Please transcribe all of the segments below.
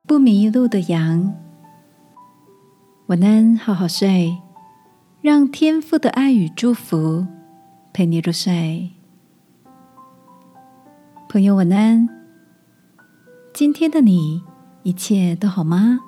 不迷路的羊。晚安，好好睡，让天父的爱与祝福陪你入睡。朋友晚安，今天的你一切都好吗？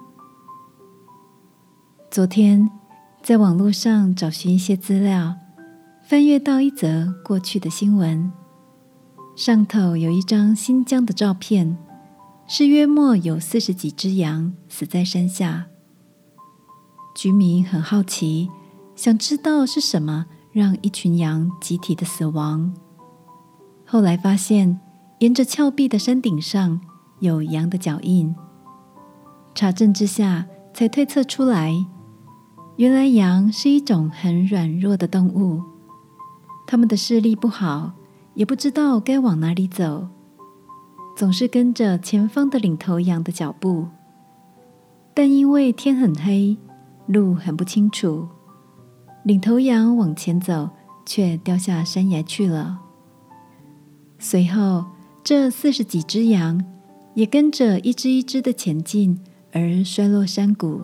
昨天在网络上找寻一些资料，翻阅到一则过去的新闻，上头有一张新疆的照片，是约莫有40几只羊死在山下。居民很好奇，想知道是什么让一群羊集体的死亡。后来发现，沿着峭壁的山顶上有羊的脚印。查证之下，才推测出来，原来羊是一种很软弱的动物，它们的视力不好，也不知道该往哪里走，总是跟着前方的领头羊的脚步。但因为天很黑，路很不清楚，领头羊往前走，却掉下山崖去了。随后，这40几只羊也跟着一只一只的前进，而摔落山谷。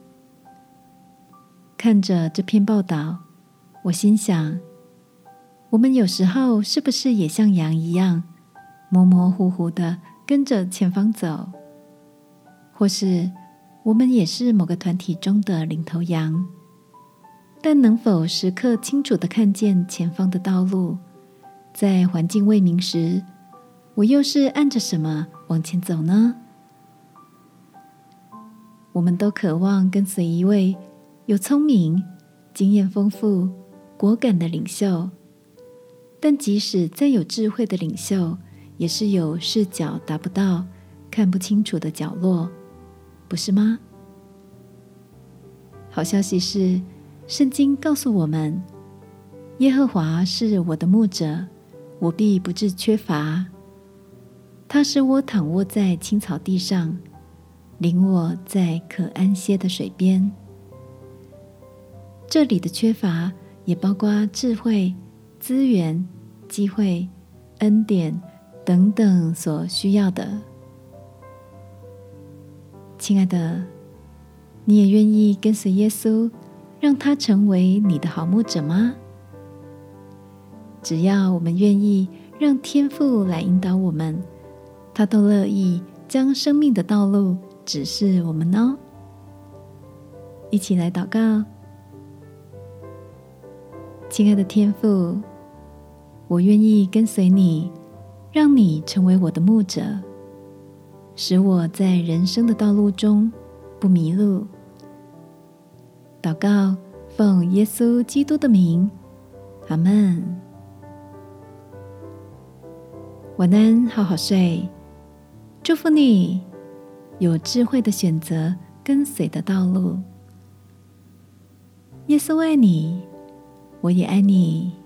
看着这篇报道，我心想，我们有时候是不是也像羊一样，模模糊糊的跟着前方走？或是我们也是某个团体中的领头羊，但能否时刻清楚地看见前方的道路？在环境未明时，我又是按着什么往前走呢？我们都渴望跟随一位有聪明、经验丰富、果敢的领袖，但即使再有智慧的领袖，也是有视角达不到、看不清楚的角落，不是吗？好消息是，圣经告诉我们，耶和华是我的牧者，我必不致缺乏。他使我躺卧在青草地上，领我在可安歇的水边。这里的缺乏也包括智慧、资源、机会、恩典等等所需要的。亲爱的，你也愿意跟随耶稣，让他成为你的好牧者吗？只要我们愿意让天父来引导我们，他都乐意将生命的道路指示我们哦。一起来祷告。亲爱的天父，我愿意跟随你，让你成为我的牧者，使我在人生的道路中不迷路。祷告，奉耶稣基督的名，阿们。晚安，好好睡。祝福你有智慧的选择跟随的道路。耶稣爱你，我也爱你。